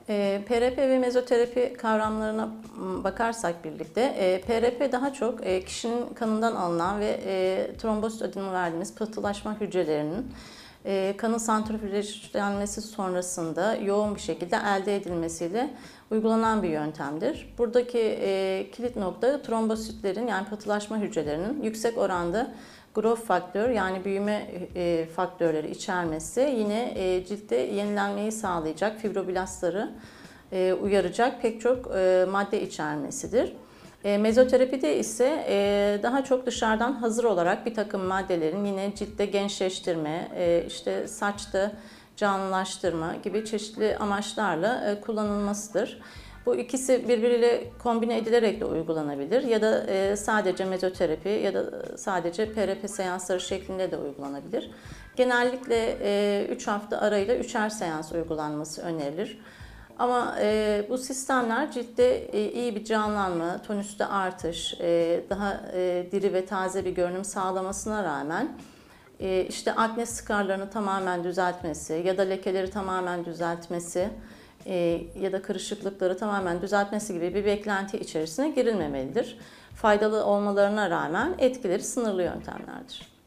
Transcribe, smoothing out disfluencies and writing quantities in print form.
PRP ve mezoterapi kavramlarına bakarsak birlikte, PRP daha çok kişinin kanından alınan ve trombosit adını verdiğimiz pıhtılaşma hücrelerinin kanın santrifüjlenmesi sonrasında yoğun bir şekilde elde edilmesiyle uygulanan bir yöntemdir. Buradaki kilit nokta trombositlerin yani pıhtılaşma hücrelerinin yüksek oranda growth faktör yani büyüme faktörleri içermesi yine ciltte yenilenmeyi sağlayacak fibroblastları uyaracak pek çok madde içermesidir. Mezoterapide ise daha çok dışarıdan hazır olarak bir takım maddelerin yine ciltte gençleştirme, işte saçta canlılaştırma gibi çeşitli amaçlarla kullanılmasıdır. Bu ikisi birbiriyle kombine edilerek de uygulanabilir ya da sadece mezoterapi ya da sadece PRP seansları şeklinde de uygulanabilir. Genellikle 3 hafta arayla 3'er seans uygulanması önerilir. Ama bu sistemler ciltte iyi bir canlanma, tonüste artış, daha diri ve taze bir görünüm sağlamasına rağmen işte akne skarlarını tamamen düzeltmesi ya da lekeleri tamamen düzeltmesi ya da kırışıklıkları tamamen düzeltmesi gibi bir beklenti içerisine girilmemelidir. Faydalı olmalarına rağmen etkileri sınırlı yöntemlerdir.